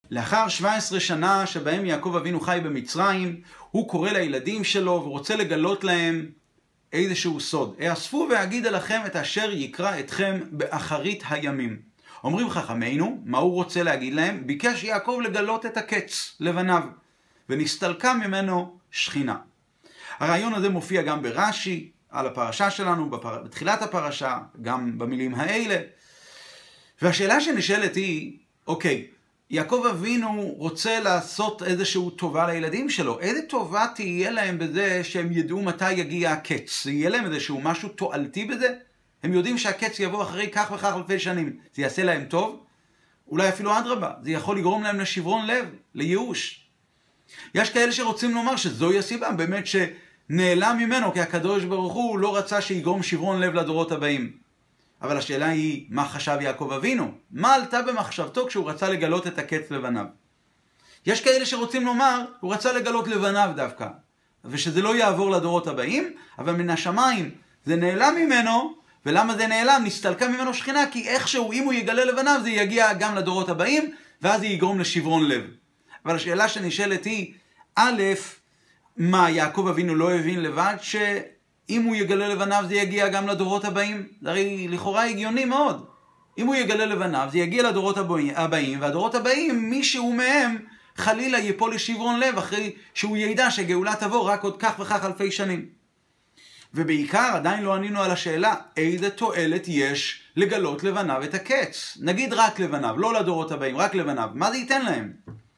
לאחר 17 שנה שבהם יעקב אבינו חי במצרים, הוא קורא לילדים שלו ורוצה לגלות להם איזשהו סוד. אאספו ואגיד אליכם את אשר יקרא אתכם באחרית הימים. אומרים חכמינו, מה הוא רוצה להגיד להם? ביקש יעקב לגלות את הקץ לבניו, ונסתלקה ממנו שכינה. הרעיון הזה מופיע גם ברש"י, על הפרשה שלנו, בתחילת הפרשה, גם במילים האלה. והשאלה שנשאלת היא, אוקיי, יעקב אבינו רוצה לעשות איזשהו טובה לילדים שלו. איזה טובה תהיה להם בזה שהם ידעו מתי יגיע הקץ? יהיה להם איזשהו משהו תועלתי בזה? הם יודעים שהקץ יבוא אחרי כך וכך אלפי שנים. זה יעשה להם טוב? אולי אפילו אדרבה. זה יכול לגרום להם לשברון לב, לייאוש. יש כאלה שרוצים לומר שזוהי הסיבה באמת שנעלם ממנו, כי הקדוש ברוך הוא לא רצה שיגרום שברון לב לדורות הבאים. אבל השאלה היא, מה חשב יעקב אבינו? מה עלתה במחשבתו כשהוא רצה לגלות את הקץ לבניו? יש כאלה שרוצים לומר, הוא רצה לגלות לבניו דווקא, ושזה לא יעבור לדורות הבאים, אבל מן השמיים זה נעלם ממנו, ולמה זה נעלם? נסתלקה ממנו שכינה, כי איכשהו אם הוא יגלה לבניו זה יגיע גם לדורות הבאים, ואז זה יגרום לשברון לב. אבל השאלה שנשאלת היא, א', מה יעקב אבינו לא הבין לבד שאם הוא יגלה לבניו זה יגיע גם לדורות הבאים? זה הרי לכאורה הגיוני מאוד. אם הוא יגלה לבניו זה יגיע לדורות הבאים, והדורות הבאים מישהו מהם חלילה ייפול לשברון לב אחרי שהוא ידע שגאולה תבוא רק עוד כך וכך אלפי שנים. ובעיקר עדיין לא ענינו על השאלה, איזה תועלת יש לגלות לבניו את הקץ? נגיד רק לבניו, לא לדורות הבאים, רק לבניו. מה זה ייתן להם?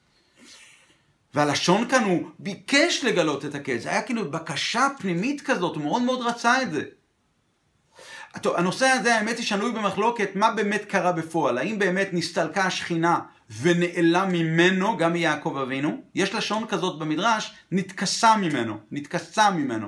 והלשון כאן הוא ביקש לגלות את הקץ. היה כאילו בקשה פנימית כזאת, הוא מאוד מאוד רצה את זה. טוב, הנושא הזה האמת היא שנוי במחלוקת מה באמת קרה בפועל. האם באמת נסתלקה השכינה ונעלם ממנו, גם מיעקב אבינו? יש לשון כזאת במדרש, נתכסה ממנו.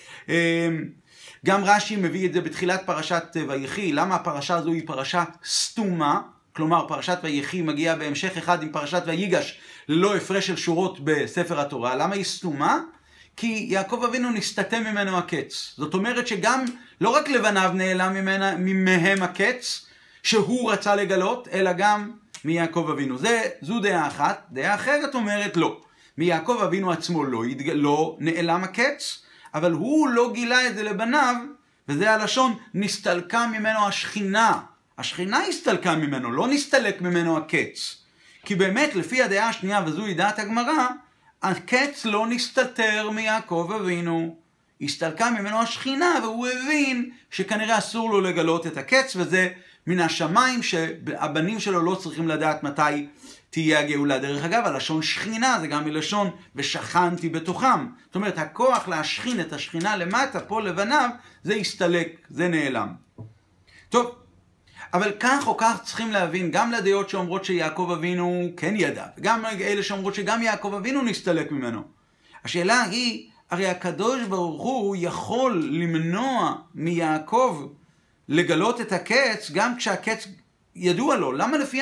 גם רש"י מביא את זה בתחילת פרשת ויחי. למה הפרשה הזו היא פרשה סתומה? כלומר, פרשת ויחי מגיעה בהמשך אחד עם פרשת ויגש ללא הפרש של שורות בספר התורה. למה היא סתומה? כי יעקב אבינו נסתתם ממנו הקץ. זאת אומרת שגם לא רק לבניו נעלם מהם הקץ שהוא רצה לגלות, אלא גם מיעקב אבינו. זו דעה אחת. דעה אחרת אומרת לא. מיעקב אבינו עצמו לא נעלם הקץ, אבל הוא לא גילה את זה לבניו, וזה הלשון, נסתלקה ממנו השכינה. השכינה הסתלקה ממנו, לא נסתלק ממנו הקץ. כי באמת, לפי הדעה השנייה, וזו דעת הגמרא, הקץ לא נסתתר מיעקב אבינו. הסתלקה ממנו השכינה, והוא הבין שכנראה אסור לו לגלות את הקץ, וזה מן השמיים שהבנים שלו לא צריכים לדעת מתי תהיה הגאולה. דרך אגב, הלשון שכינה זה גם מלשון ושכנתי בתוכם. זאת אומרת, הכוח להשכין את השכינה למטה, פה לבניו, זה הסתלק, זה נעלם. טוב, אבל כך או כך צריכים להבין, גם לדעות שאומרות שיעקב אבינו כן ידע, וגם אלה שאומרות שגם יעקב אבינו נסתלק ממנו. השאלה היא, הרי הקדוש ברוך הוא יכול למנוע מיעקב לגלות את הקץ, גם כשהקץ ידוע לו. למה לפי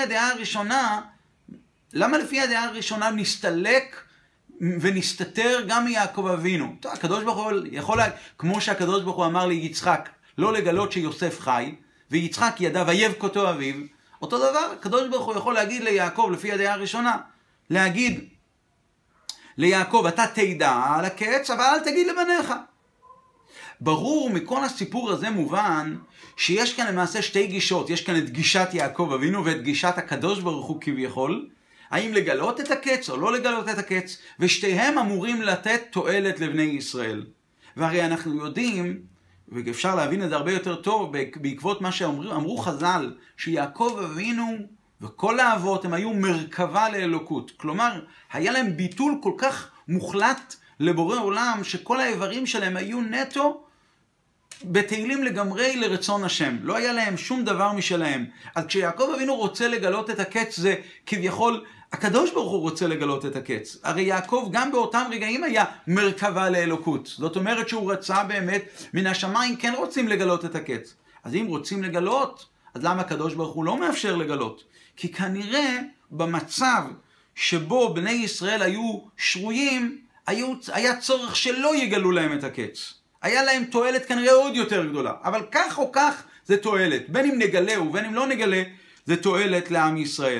הדעה הראשונה נסתלק ונסתתר גם מיעקב אבינו? טוב, הקדוש ברוך הוא יכול, כמו שהקדוש ברוך הוא אמר ליצחק, לא לגלות שיוסף חי, ויצחק ידע ויבכותו אביו, אותו דבר, הקדוש ברוך הוא יכול להגיד ליעקב, לפי הדעה הראשונה, להגיד ליעקב, אתה תדע על הקץ, אבל אל תגיד לבניך. ברור מכל הסיפור הזה מובן, שיש כאן למעשה שתי גישות. יש כאן את גישת יעקב אבינו, ואת גישת הקדוש ברוך הוא כביכול. האם לגלות את הקץ או לא לגלות את הקץ, ושתיהם אמורים לתת תועלת לבני ישראל. והרי אנחנו יודעים, ואפשר להבין את זה הרבה יותר טוב, בעקבות מה שאמרו חז"ל, שיעקב אבינו וכל האבות הם היו מרכבה לאלוקות. כלומר, היה להם ביטול כל כך מוחלט לבורא עולם, שכל האיברים שלהם היו נטו בתהילים לגמרי לרצון השם. לא היה להם שום דבר משלהם. אז כשיעקב אבינו רוצה לגלות את הקץ, זה כביכול, הקדוש ברוך הוא רוצה לגלות את הקץ. הרי יעקב גם באותם רגעים היה מרכבה לאלוקות. זאת אומרת שהוא רצה באמת, מן השמיים כן רוצים לגלות את הקץ. אז אם רוצים לגלות, אז למה הקדוש ברוך הוא לא מאפשר לגלות? כי כנראה במצב שבו בני ישראל היו שרויים, היה צורך שלא יגלו להם את הקץ. היה להם תועלת כנראה עוד יותר גדולה. אבל כך או כך זה תועלת. בין אם נגלה ובין אם לא נגלה, זה תועלת לעם ישראל.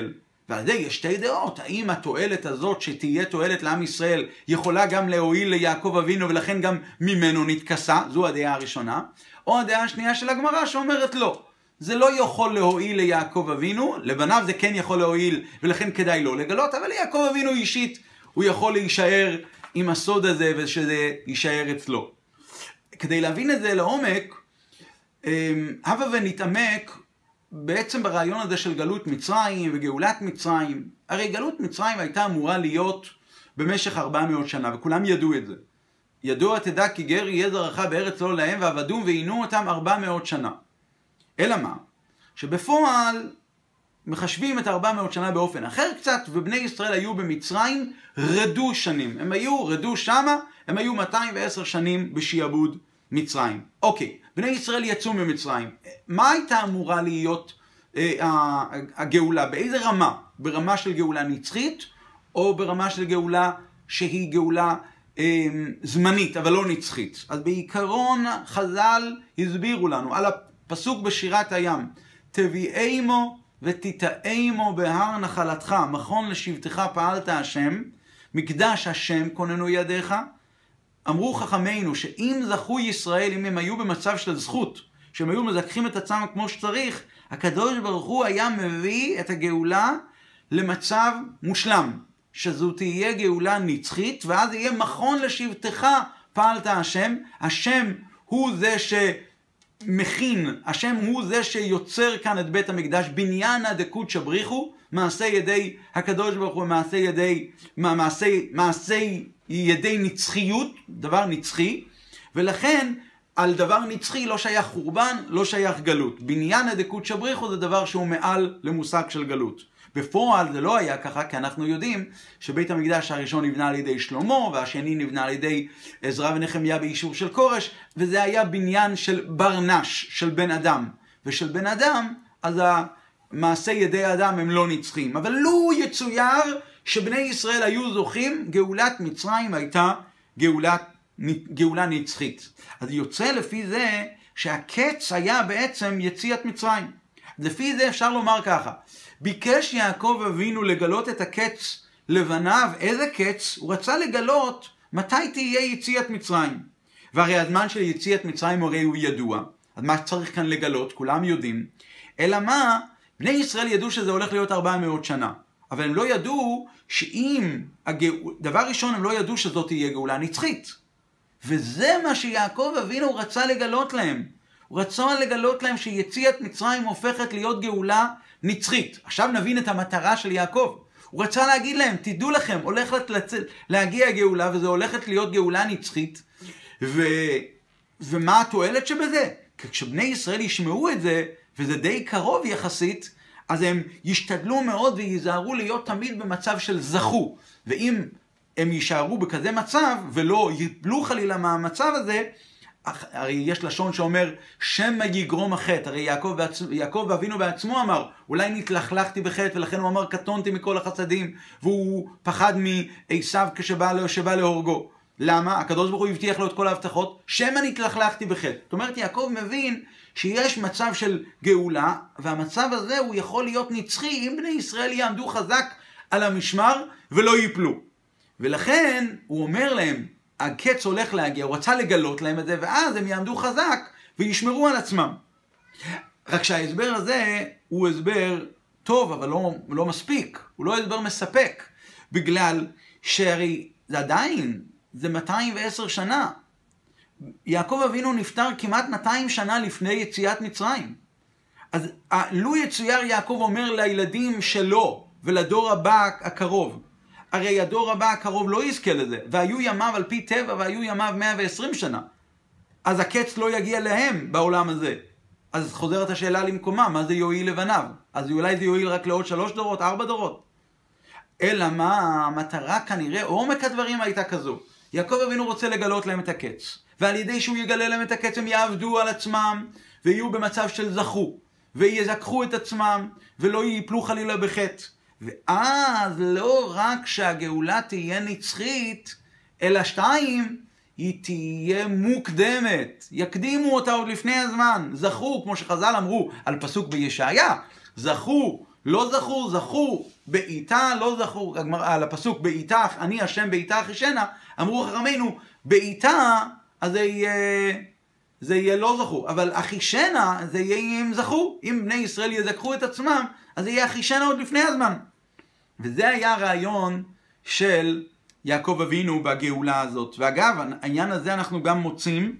ועל זה יש שתי דעות. האם התועלת הזאת שתהיה תועלת לעם ישראל יכולה גם להועיל ליעקב אבינו ולכן גם ממנו נתכסה? זו הדעה הראשונה. או הדעה השנייה של הגמרא שאומרת לא. זה לא יכול להועיל ליעקב אבינו, לבניו זה כן יכול להועיל ולכן כדאי לא לגלות, אבל ליעקב אבינו אישית הוא יכול להישאר עם הסוד הזה ושזה יישאר אצלו. כדי להבין את זה לעומק, הבה ונתעמק בעצם ברעיון הזה של גלות מצרים וגאולת מצרים. הרי גלות מצרים הייתה אמורה להיות במשך 400 שנה, וכולם ידעו את זה. ידוע תדע כי גר יהיה זרעך בארץ לא להם, ועבדום ועינו אותם 400 שנה. אלא מה? שבפועל מחשבים את 400 שנה באופן אחר קצת, ובני ישראל היו במצרים רדו שנים. הם רדו שמה, הם היו 210 שנים בשיעבוד מצרים. אוקיי, בני ישראל יצאו ממצרים. מה הייתה אמורה להיות הגאולה? באיזה רמה? ברמה של גאולה נצחית, או ברמה של גאולה שהיא גאולה זמנית, אבל לא נצחית? אז בעיקרון חז"ל הסבירו לנו על הפסוק בשירת הים, תביאמו ותטעמו בהר נחלתך, מכון לשבטך פעלת השם, מקדש השם כוננו ידיך. אמרו חכמינו שאם זכו ישראל, אם הם היו במצב של זכות, שהם היו מזכחים את עצמם כמו שצריך, הקדוש ברוך הוא היה מביא את הגאולה למצב מושלם, שזו תהיה גאולה נצחית, ואז יהיה מכון לשבטך פעלת השם. השם הוא זה שמכין, השם הוא זה שיוצר כאן את בית המקדש, בניינה דקודשא בריחו, מעשה ידי הקדוש ברוך הוא, מעשה ידי נצחיות, דבר נצחי, ולכן על דבר נצחי לא שייך חורבן, לא שייך גלות. בניינה דקודשא בריחו זה דבר שהוא מעל למושג של גלות. בפועל זה לא היה ככה, כי אנחנו יודעים שבית המקדש הראשון נבנה על ידי שלמה, והשני נבנה על ידי עזרא ונחמיה באישור של כורש, וזה היה בניין של ברנש, של בן אדם. ושל בן אדם, אז מעשה ידי האדם הם לא נצחים. אבל לו יצויר שבני ישראל היו זוכים, גאולת מצרים הייתה גאולה נצחית. אז יוצא לפי זה שהקץ היה בעצם יציאת מצרים. לפי זה אפשר לומר ככה, ביקש יעקב אבינו לגלות את הקץ לבניו. איזה קץ? הוא רצה לגלות מתי תהיה יציאת מצרים. והרי הזמן של יציאת מצרים הרי הוא ידוע. אז מה צריך כאן לגלות? כולם יודעים. אלא מה? בני ישראל ידעו שזה הולך להיות 400 שנה. אבל הם לא ידעו שאם, דבר ראשון הם לא ידעו שזאת תהיה גאולה נצחית. וזה מה שיעקב אבינו רצה לגלות להם. הוא רצה לגלות להם שיציאת מצרים הופכת להיות גאולה נצחית. עכשיו נבין את המטרה של יעקב. הוא רצה להגיד להם, תדעו לכם, הולכת להגיע גאולה, וזה הולכת להיות גאולה נצחית. ומה התועלת שבזה? כי כשבני ישראל ישמעו את זה, וזה די קרוב יחסית, אז הם ישתדלו מאוד ויזהרו להיות תמיד במצב של זכו. ואם הם יישארו בכזה מצב, ולא ייפלו חלילה מהמצב הזה, הרי יש לשון שאומר, שמא יגרום החטא. הרי יעקב אבינו בעצמו אמר, אולי נתלכלכתי בחטא, ולכן הוא אמר, קטונתי מכל החסדים, והוא פחד מעשיו כשבא להורגו. למה? הקדוש ברוך הוא הבטיח לו את כל ההבטחות, שמא נתלכלכתי בחטא. זאת אומרת, יעקב מבין שיש מצב של גאולה, והמצב הזה הוא יכול להיות נצחי, אם בני ישראל יעמדו חזק על המשמר ולא ייפלו. ולכן הוא אומר להם, הקץ הולך להגיע, הוא רצה לגלות להם את זה, ואז הם יעמדו חזק וישמרו על עצמם. רק שההסבר הזה הוא הסבר טוב, אבל לא מספיק. הוא לא הסבר מספק, בגלל שהרי זה עדיין, זה 210 שנה. יעקב אבינו נפטר כמעט 200 שנה לפני יציאת מצרים. אז לו יצויר יעקב אומר לילדים שלו ולדור הבא הקרוב, הרי הדור הבא הקרוב לא יזכה לזה, והיו ימיו על פי טבע, והיו ימיו 120 שנה. אז הקץ לא יגיע להם בעולם הזה. אז חוזרת השאלה למקומה, מה זה יועיל לבניו? אז אולי זה יועיל רק לעוד 3 דורות, 4 דורות. אלא מה? המטרה כנראה, עומק הדברים הייתה כזו. יעקב אבינו רוצה לגלות להם את הקץ. ועל ידי שהוא יגלה להם את הקץ, הם יעבדו על עצמם, ויהיו במצב של זכו, ויזכחו את עצמם, ולא ייפלו חלילה בחטא. ואז לא רק שהגאולה תהיה נצחית, אלא 2, היא תהיה מוקדמת. יקדימו אותה עוד לפני הזמן. זכו, כמו שחז"ל אמרו על פסוק בישעיה, זכו, לא זכו, זכו בעיתה לא זכו, על הפסוק בעיתה, אני השם בעיתה אחישנה, אמרו חכמינו, בעיתה, אז זה יהיה לא זכו, אבל אחישנה זה יהיה אם זכו, אם בני ישראל יזכחו את עצמם, אז זה יהיה אחישנה עוד לפני הזמן. וזה היה הרעיון של יעקב אבינו בגאולה הזאת. ואגב, העניין הזה אנחנו גם מוצאים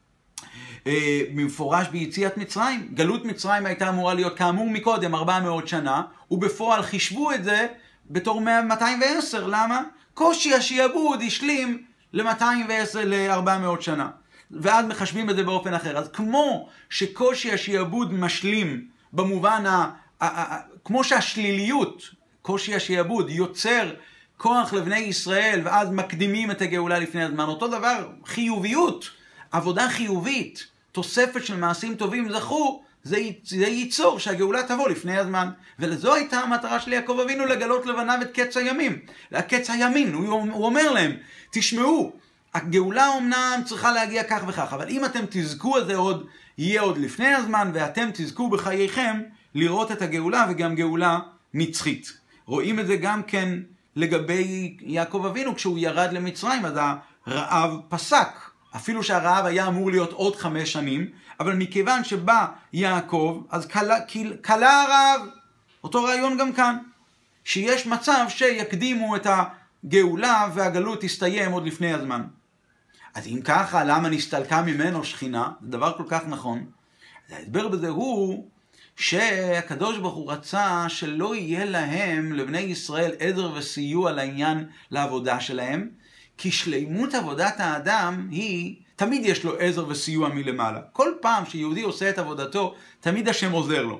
במפורש ביציאת מצרים. גלות מצרים הייתה אמורה להיות כאמור מקודם 400 שנה, ובפועל חישבו את זה בתור 210. למה? קושי השיעבוד השלים ל-210 ל-400 שנה. ואז מחשבים את זה באופן אחר. אז כמו שקושי השיעבוד משלים במובן כמו שהשליליות, קושי השיעבוד יוצר כוח לבני ישראל ואז מקדימים את הגאולה לפני הזמן, אותו דבר חיוביות, עבודה חיובית, תוספת של מעשים טובים זכו, זה ייצור שהגאולה תבוא לפני הזמן. ולזו הייתה המטרה של יעקב אבינו, לגלות לבניו את קץ הימים. קץ הימין, הוא אומר להם, תשמעו, הגאולה אומנם צריכה להגיע כך וכך, אבל אם אתם תזכו את זה יהיה עוד לפני הזמן, ואתם תזכו בחייכם לראות את הגאולה, וגם גאולה נצחית. רואים את זה גם כן לגבי יעקב אבינו, כשהוא ירד למצרים, אז הרעב פסק. אפילו שהרעב היה אמור להיות עוד 5 שנים, אבל מכיוון שבא יעקב, אז קלה הרעב. אותו רעיון גם כאן, שיש מצב שיקדימו את הגאולה והגלות תסתיים עוד לפני הזמן. אז אם ככה, למה נסתלקה ממנו שכינה? זה דבר כל כך נכון. ההסבר בזה הוא שהקדוש ברוך הוא רצה שלא יהיה להם, לבני ישראל, עזר וסיוע לעניין לעבודה שלהם, כי שלימות עבודת האדם היא, תמיד יש לו עזר וסיוע מלמעלה. כל פעם שיהודי עושה את עבודתו, תמיד השם עוזר לו.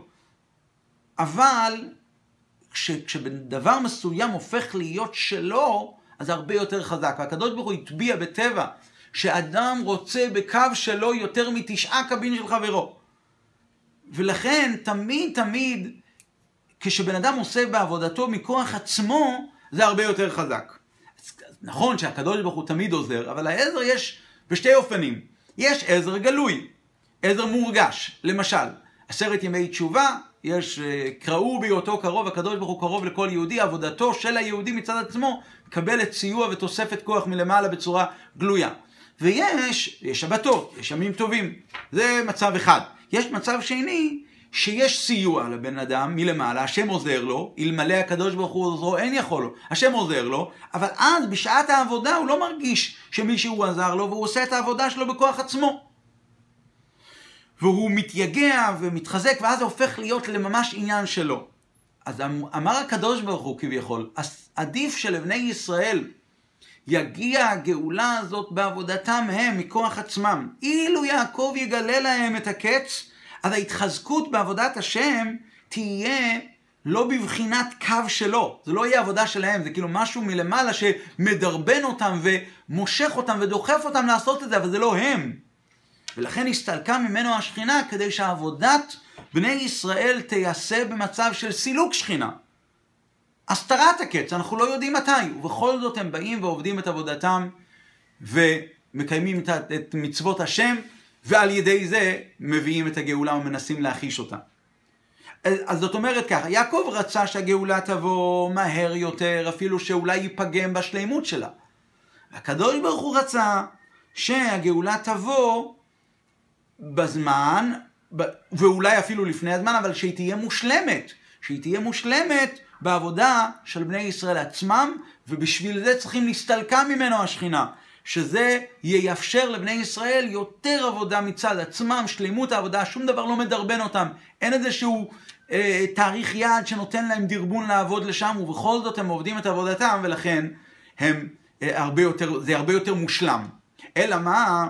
אבל כשדבר מסוים הופך להיות שלו, אז זה הרבה יותר חזק. והקדוש ברוך הוא הטביע בטבע שאדם רוצה בקו שלו יותר מ9 קבין של חברו. ולכן תמיד כשבן אדם עושה בעבודתו מכוח עצמו, זה הרבה יותר חזק. נכון שהקדוש ברוך הוא תמיד עוזר, אבל העזר יש בשתי אופנים. יש עזר גלוי, עזר מורגש. למשל, 10 ימי תשובה, יש קראו בהיותו קרוב, הקדוש ברוך הוא קרוב לכל יהודי, עבודתו של היהודי מצד עצמו מקבלת סיוע ותוספת כוח מלמעלה בצורה גלויה. ויש שבתות, יש ימים טובים. זה מצב אחד. יש מצב שני, שיש סיוע לבן אדם מלמעלה, השם עוזר לו, אלמלא הקדוש ברוך הוא עוזרו אין יכול לו, השם עוזר לו, אבל אז בשעת העבודה הוא לא מרגיש שמישהו עזר לו, והוא עושה את העבודה שלו בכוח עצמו. והוא מתייגע ומתחזק, ואז זה הופך להיות לממש עניין שלו. אז אמר הקדוש ברוך הוא כביכול, עדיף שלבני ישראל יגיע הגאולה הזאת בעבודתם הם, מכוח עצמם. אילו יעקב יגלה להם את הקץ, אז ההתחזקות בעבודת השם תהיה לא בבחינת קו שלו. זה לא יהיה עבודה שלהם, זה כאילו משהו מלמעלה שמדרבן אותם ומושך אותם ודוחף אותם לעשות את זה, אבל זה לא הם. ולכן הסתלקה ממנו השכינה כדי שהעבודת בני ישראל תיעשה במצב של סילוק שכינה. הסתרת הקץ, אנחנו לא יודעים מתי, ובכל זאת הם באים ועובדים את עבודתם ומקיימים את מצוות השם, ועל ידי זה מביאים את הגאולה ומנסים להחיש אותה. אז זאת אומרת ככה, יעקב רצה שהגאולה תבוא מהר יותר, אפילו שאולי ייפגם בשלימות שלה. הקדוש ברוך הוא רצה שהגאולה תבוא בזמן, ואולי אפילו לפני הזמן, אבל שהיא תהיה מושלמת. שהיא תהיה מושלמת בעבודה של בני ישראל עצמם, ובשביל זה צריכים להסתלקה ממנו השכינה. שזה יאפשר לבני ישראל יותר עבודה מצד עצמם, שלמות העבודה, שום דבר לא מדרבן אותם. אין איזשהו תאריך יעד שנותן להם דרבון לעבוד לשם, ובכל זאת הם עובדים את עבודתם, ולכן זה הרבה יותר מושלם. אלא מה?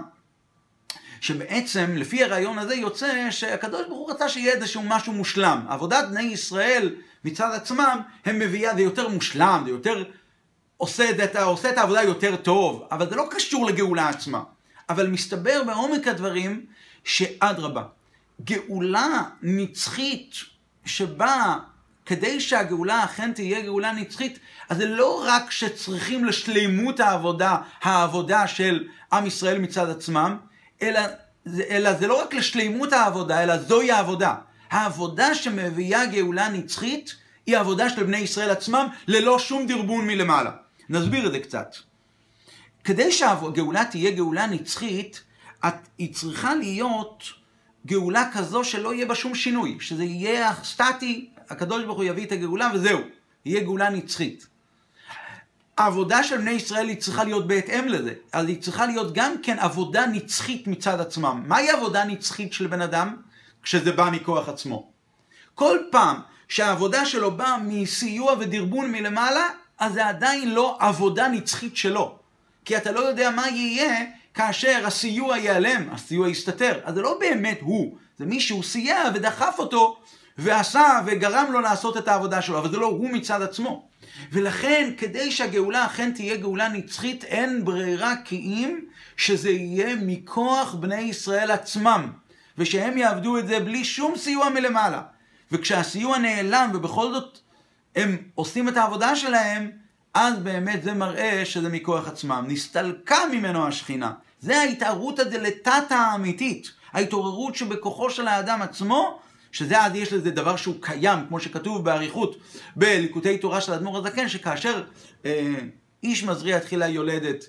שבעצם לפי הרעיון הזה יוצא שהקדוש ברוך הוא רצה שיהיה איזשהו משהו מושלם. עבודת בני ישראל מצד עצמם, הם מביאה, זה יותר מושלם, זה יותר עושה את העבודה יותר טוב, אבל זה לא קשור לגאולה עצמה. אבל מסתבר בעומק הדברים שאדרבה, גאולה נצחית שבאה כדי שהגאולה אכן תהיה גאולה נצחית, אז זה לא רק שצריכים לשלימות העבודה של עם ישראל מצד עצמם, אלא זה לא רק לשלימות העבודה, אלא זוהי העבודה. העבודה שמביאה גאולה נצחית היא העבודה של בני ישראל עצמם, ללא שום דרבון מלמעלה. נסביר את זה קצת. כדי שהגאולה תהיה גאולה נצחית, היא צריכה להיות גאולה כזו שלא יהיה בה שום שינוי, שזה יהיה סטטי, הקדוש ברוך הוא יביא את הגאולה וזהו, יהיה גאולה נצחית. העבודה של בני ישראל היא צריכה להיות בהתאם לזה, אז היא צריכה להיות גם כן עבודה נצחית מצד עצמם. מהי עבודה נצחית של בן אדם? כשזה בא מכוח עצמו. כל פעם שהעבודה שלו באה מסיוע ודרבון מלמעלה, אז זה עדיין לא עבודה נצחית שלו. כי אתה לא יודע מה יהיה כאשר הסיוע ייעלם, הסיוע יסתתר. אז זה לא באמת הוא, זה מישהו סייע ודחף אותו ועשה וגרם לו לעשות את העבודה שלו, אבל זה לא הוא מצד עצמו. ולכן כדי שהגאולה אכן תהיה גאולה נצחית, אין ברירה כי אם שזה יהיה מכוח בני ישראל עצמם, ושהם יעבדו את זה בלי שום סיוע מלמעלה. וכשהסיוע נעלם ובכל זאת הם עושים את העבודה שלהם, אז באמת זה מראה שזה מכוח עצמם. נסתלקה ממנו השכינה. זה ההתערות הדלתתא האמיתית. ההתעוררות שבכוחו של האדם עצמו, שזה אז יש לזה דבר שהוא קיים, כמו שכתוב באריכות בליקוטי תורה של האדמו"ר הזקן, שכאשר איש מזריע תחילה יולדת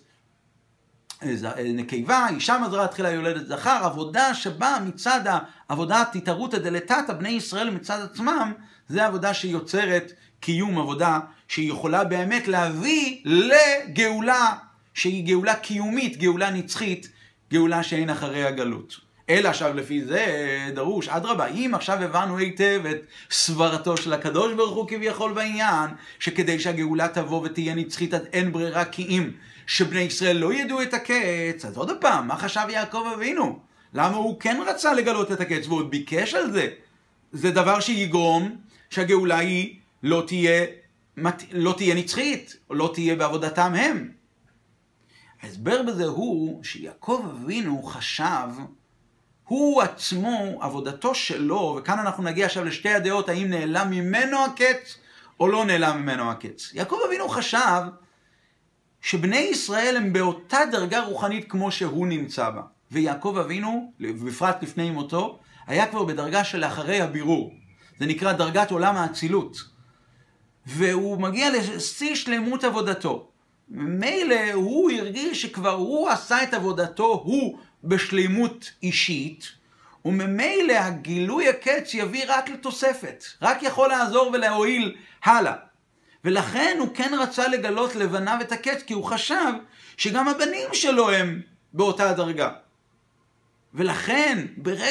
נקבה, אישה מזריעה תחילה יולדת זכר, עבודה שבאה מצד העבודת התערות הדלתתא בני ישראל מצד עצמם, זה עבודה שיוצרת קיום, עבודה שהיא יכולה באמת להביא לגאולה, שהיא גאולה קיומית, גאולה נצחית, גאולה שאין אחרי הגלות. אלא עכשיו לפי זה דרוש, אדרבה, אם עכשיו הבנו היטב את סברתו של הקדוש ברוך הוא כביכול בעניין, שכדי שהגאולה תבוא ותהיה נצחית עד אין ברירה כי אם שבני ישראל לא ידעו את הקץ, אז עוד פעם, מה חשב יעקב אבינו? למה הוא כן רצה לגלות את הקץ והוא ביקש על זה? זה דבר שיגרום שהגאולה היא לא תהיה נצחית, או לא תהיה בעבודתם הם. ההסבר בזה הוא שיעקב אבינו חשב, הוא עצמו, עבודתו שלו, וכאן אנחנו נגיע עכשיו לשתי הדעות, האם נעלם ממנו הקץ או לא נעלם ממנו הקץ. יעקב אבינו חשב שבני ישראל הם באותה דרגה רוחנית כמו שהוא נמצא בה. ויעקב אבינו, בפרט לפני מותו, היה כבר בדרגה של אחרי הבירור. זה נקרא דרגת עולם האצילות. והוא מגיע לשיא שלמות עבודתו. מילא הוא הרגיש שכבר הוא עשה את עבודתו, הוא בשלמות אישית, וממילא הגילוי הקץ יביא רק לתוספת, רק יכול לעזור ולהועיל הלאה. ולכן הוא כן רצה לגלות לבניו את הקץ, כי הוא חשב שגם הבנים שלו הם באותה דרגה. ולכן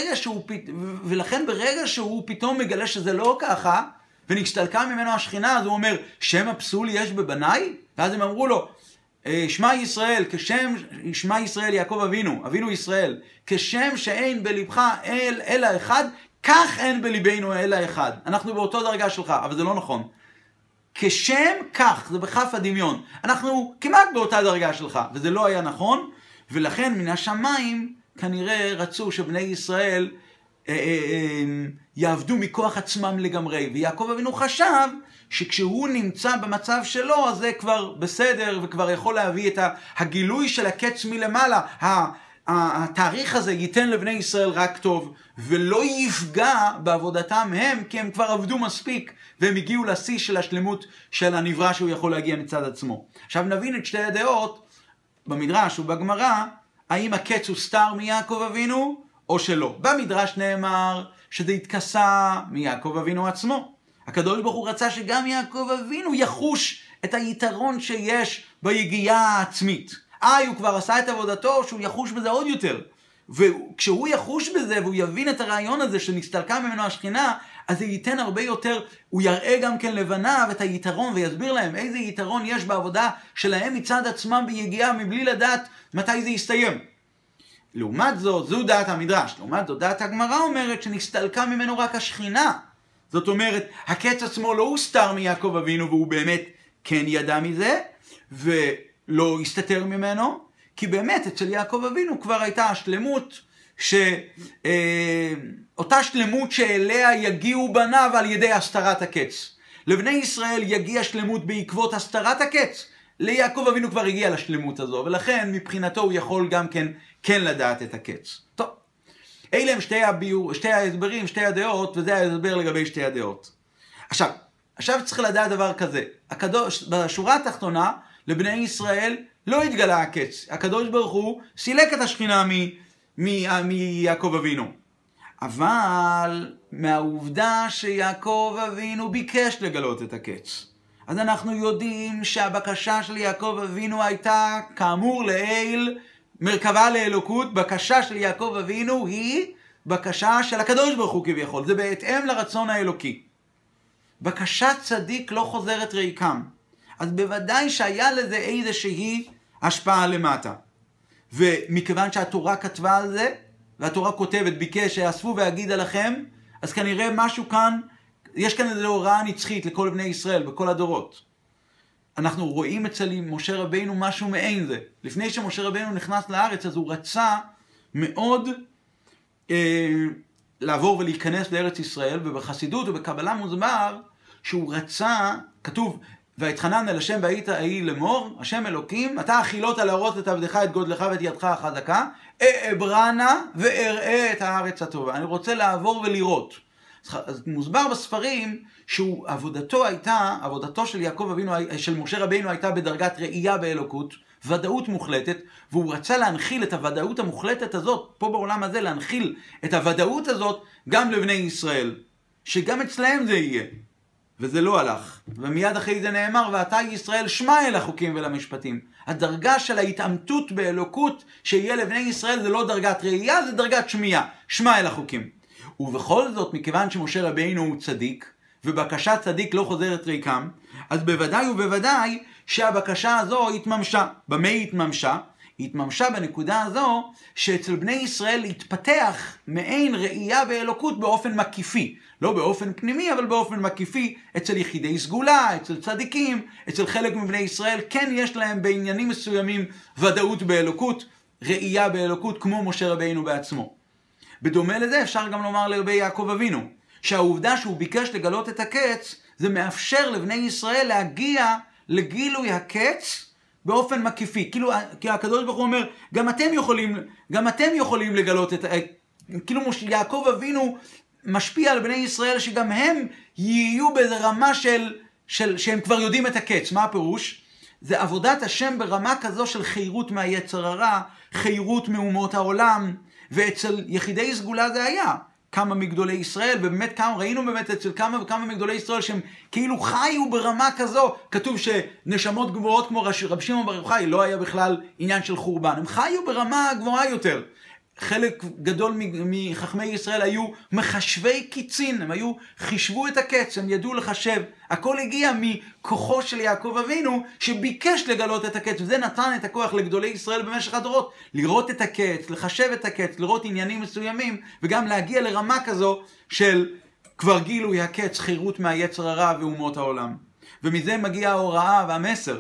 ברגע שהוא פתאום מגלה שזה לא ככה, ונסתלקה ממנו השכינה, אז הוא אומר, שם הפסול יש בבניי? ואז הם אמרו לו, שמע ישראל, שמע ישראל יעקב אבינו ישראל, כשם שאין בלבך אלא אחד, כך אין בליבנו אלא אחד. אנחנו באותו דרגה שלך, אבל זה לא נכון. כשם כך, זה בכף הדמיון. אנחנו כמעט באותה דרגה שלך, וזה לא היה נכון, ולכן מן השמיים כנראה רצו שבני ישראל יעבדו מכוח עצמם לגמרי. ויעקב אבינו חשב שכשהוא נמצא במצב שלו, אז זה כבר בסדר, וכבר יכול להביא את הגילוי של הקץ מלמעלה. התאריך הזה ייתן לבני ישראל רק טוב, ולא יפגע בעבודתם הם, כי הם כבר עבדו מספיק, והם הגיעו לשיא של השלמות של הנברא שהוא יכול להגיע מצד עצמו. עכשיו נבין את שתי הדעות, במדרש ובגמרא, האם הקץ הוא סתר מיעקב אבינו, או שלא. במדרש נאמר שזה התכסה מיעקב אבינו עצמו. הקדוש ברוך הוא רצה שגם יעקב אבינו יחוש את היתרון שיש ביגיעה העצמית. הוא כבר עשה את עבודתו, שהוא יחוש בזה עוד יותר. וכשהוא יחוש בזה והוא יבין את הרעיון הזה שנסתלקה ממנו השכינה, אז זה ייתן הרבה יותר, הוא יראה גם כן לבניו את היתרון ויסביר להם איזה יתרון יש בעבודה שלהם מצד עצמם ביגיעה מבלי לדעת מתי זה יסתיים. לעומת זאת, זו דעת המדרש. לעומת זאת, דעת הגמרא אומרת שנסתלקה ממנו רק השכינה. זאת אומרת, הקץ עצמו לא הוסתר מיעקב אבינו, והוא באמת כן ידע מזה, ולא הסתתר ממנו, כי באמת אצל יעקב אבינו כבר הייתה השלמות, אותה שלמות שאליה יגיעו בניו על ידי הסתרת הקץ. לבני ישראל יגיע שלמות בעקבות הסתרת הקץ. ליעקב אבינו כבר הגיע לשלמות הזו, ולכן מבחינתו הוא יכול גם כן לדעת את הקץ. טוב, אלה הם שתי ההסברים, שתי הדעות, וזה ההסבר לגבי שתי הדעות. עכשיו, עכשיו צריך לדעת דבר כזה, בשורה התחתונה, לבני ישראל לא התגלה הקץ. הקדוש ברוך הוא סילק את השכינה מיעקב אבינו. אבל מהעובדה שיעקב אבינו ביקש לגלות את הקץ, אז אנחנו יודעים שהבקשה של יעקב אבינו הייתה, כאמור לעיל, מרכבה לאלוקות. בקשה של יעקב אבינו היא בקשה של הקדוש ברוך הוא כביכול. זה בהתאם לרצון האלוקי. בקשת צדיק לא חוזרת ריקם. אז בוודאי שהיה לזה איזושהי השפעה למטה. ומכיוון שהתורה כתבה על זה, והתורה כותבת, ביקש שיאספו ואגיד עליכם, אז כנראה משהו כאן, יש כאן איזו הוראה נצחית לכל בני ישראל, בכל הדורות. אנחנו רואים אצל משה רבינו משהו מעין זה. לפני שמשה רבינו נכנס לארץ, אז הוא רצה מאוד לעבור ולהיכנס לארץ ישראל, ובחסידות ובקבלה מוסבר שהוא רצה, כתוב, והתחנן אל השם והיית ההיא לאמור, השם אלוקים, אתה החילות להראות את עבדך, את גודלך ואת ידך החזקה, אעברנה ואראה את הארץ הטובה. אני רוצה לעבור ולראות. אז מוסבר בספרים עבודתו של יעקב אבינו, של משה רבינו הייתה בדרגת ראייה באלוקות, ודאות מוחלטת, והוא רצה להנחיל את הוודאות המוחלטת הזאת, פה בעולם הזה להנחיל את הוודאות הזאת גם לבני ישראל, שגם אצלהם זה יהיה. וזה לא הלך. ומיד אחרי זה נאמר, ואתה ישראל שמע אל החוקים ולמשפטים. הדרגה של ההתעמתות באלוקות שיהיה לבני ישראל זה לא דרגת ראייה, זה דרגת שמיעה. שמע אל החוקים. ובכל זאת, מכיוון שמשה רבינו הוא צדיק, ובקשת צדיק לא חוזרת ריקם, אז בוודאי ובוודאי שהבקשה הזו התממשה. במה היא התממשה? היא התממשה בנקודה הזו שאצל בני ישראל התפתח מעין ראייה באלוקות באופן מקיפי. לא באופן פנימי, אבל באופן מקיפי אצל יחידי סגולה, אצל צדיקים, אצל חלק מבני ישראל, כן יש להם בעניינים מסוימים ודאות באלוקות, ראייה באלוקות, כמו משה רבינו בעצמו. בדומה לזה אפשר גם לומר לגבי יעקב אבינו, שהעובדה שהוא ביקש לגלות את הקץ, זה מאפשר לבני ישראל להגיע לגילוי הקץ באופן מקיפי. כאילו הקדוש ברוך הוא אומר, גם אתם יכולים לגלות את כאילו יעקב אבינו משפיע על בני ישראל שגם הם יהיו ברמה שהם כבר יודעים את הקץ. מה הפירוש? זה עבודת השם ברמה כזו של חירות מהיצר הרע, חירות מאומות העולם, ואצל יחידי סגולה זה היה. כמה מגדולי ישראל, ובאמת ראינו באמת אצל כמה וכמה מגדולי ישראל שהם כאילו חיו ברמה כזו. כתוב שנשמות גבוהות כמו רב שמעון בר יוחאי לא היה בכלל עניין של חורבן. הם חיו ברמה גבוהה יותר. חלק גדול מחכמי ישראל היו מחשבי קיצין, הם חישבו את הקץ, הם ידעו לחשב. הכל הגיע מכוחו של יעקב אבינו שביקש לגלות את הקץ, וזה נתן את הכוח לגדולי ישראל במשך הדורות, לראות את הקץ, לחשב את הקץ, לראות עניינים מסוימים, וגם להגיע לרמה כזו של כבר גילוי הקץ, חירות מהיצר הרע ואומות העולם. ומזה מגיע ההוראה והמסר.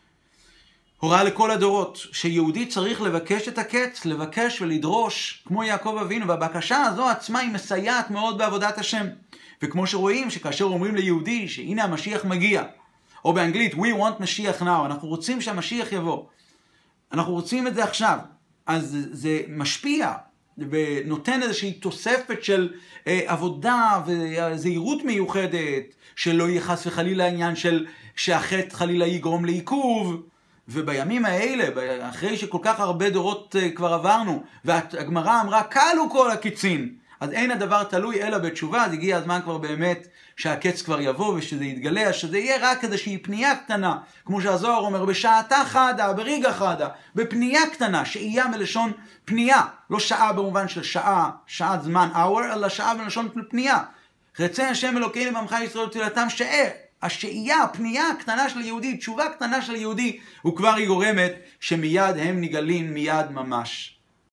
הוראה לכל הדורות, שיהודי צריך לבקש את הקץ, לבקש ולדרוש כמו יעקב אבינו, והבקשה הזו עצמה היא מסייעת מאוד בעבודת השם. וכמו שרואים שכאשר אומרים ליהודי שהנה המשיח מגיע, או באנגלית we want משיח now, אנחנו רוצים שהמשיח יבוא, אנחנו רוצים את זה עכשיו, אז זה משפיע ונותן איזושהי תוספת של עבודה וזהירות מיוחדת, שלא יהיה חס וחלילה העניין שהחטא חלילה יגרום לעיכוב. ובימים האלה, אחרי שכל כך הרבה דורות כבר עברנו, והגמרא אמרה, קלו כל הקיצין, אז אין הדבר תלוי אלא בתשובה, אז הגיע הזמן כבר באמת שהקץ כבר יבוא ושזה יתגלה, שזה יהיה רק איזושהי פנייה קטנה, כמו שהזוהר אומר, בשעתה חדה, בריגה חדה, בפנייה קטנה, שהייה מלשון פנייה, לא שעה במובן של שעה, שעת זמן, hour, אלא שעה מלשון פנייה. רצה השם אלוקינו ועמך ישראל תהילתם שעה. השאייה, הפנייה הקטנה של יהודי, תשובה קטנה של יהודי, הוא כבר היא גורמת שמיד הם נגלים מיד ממש.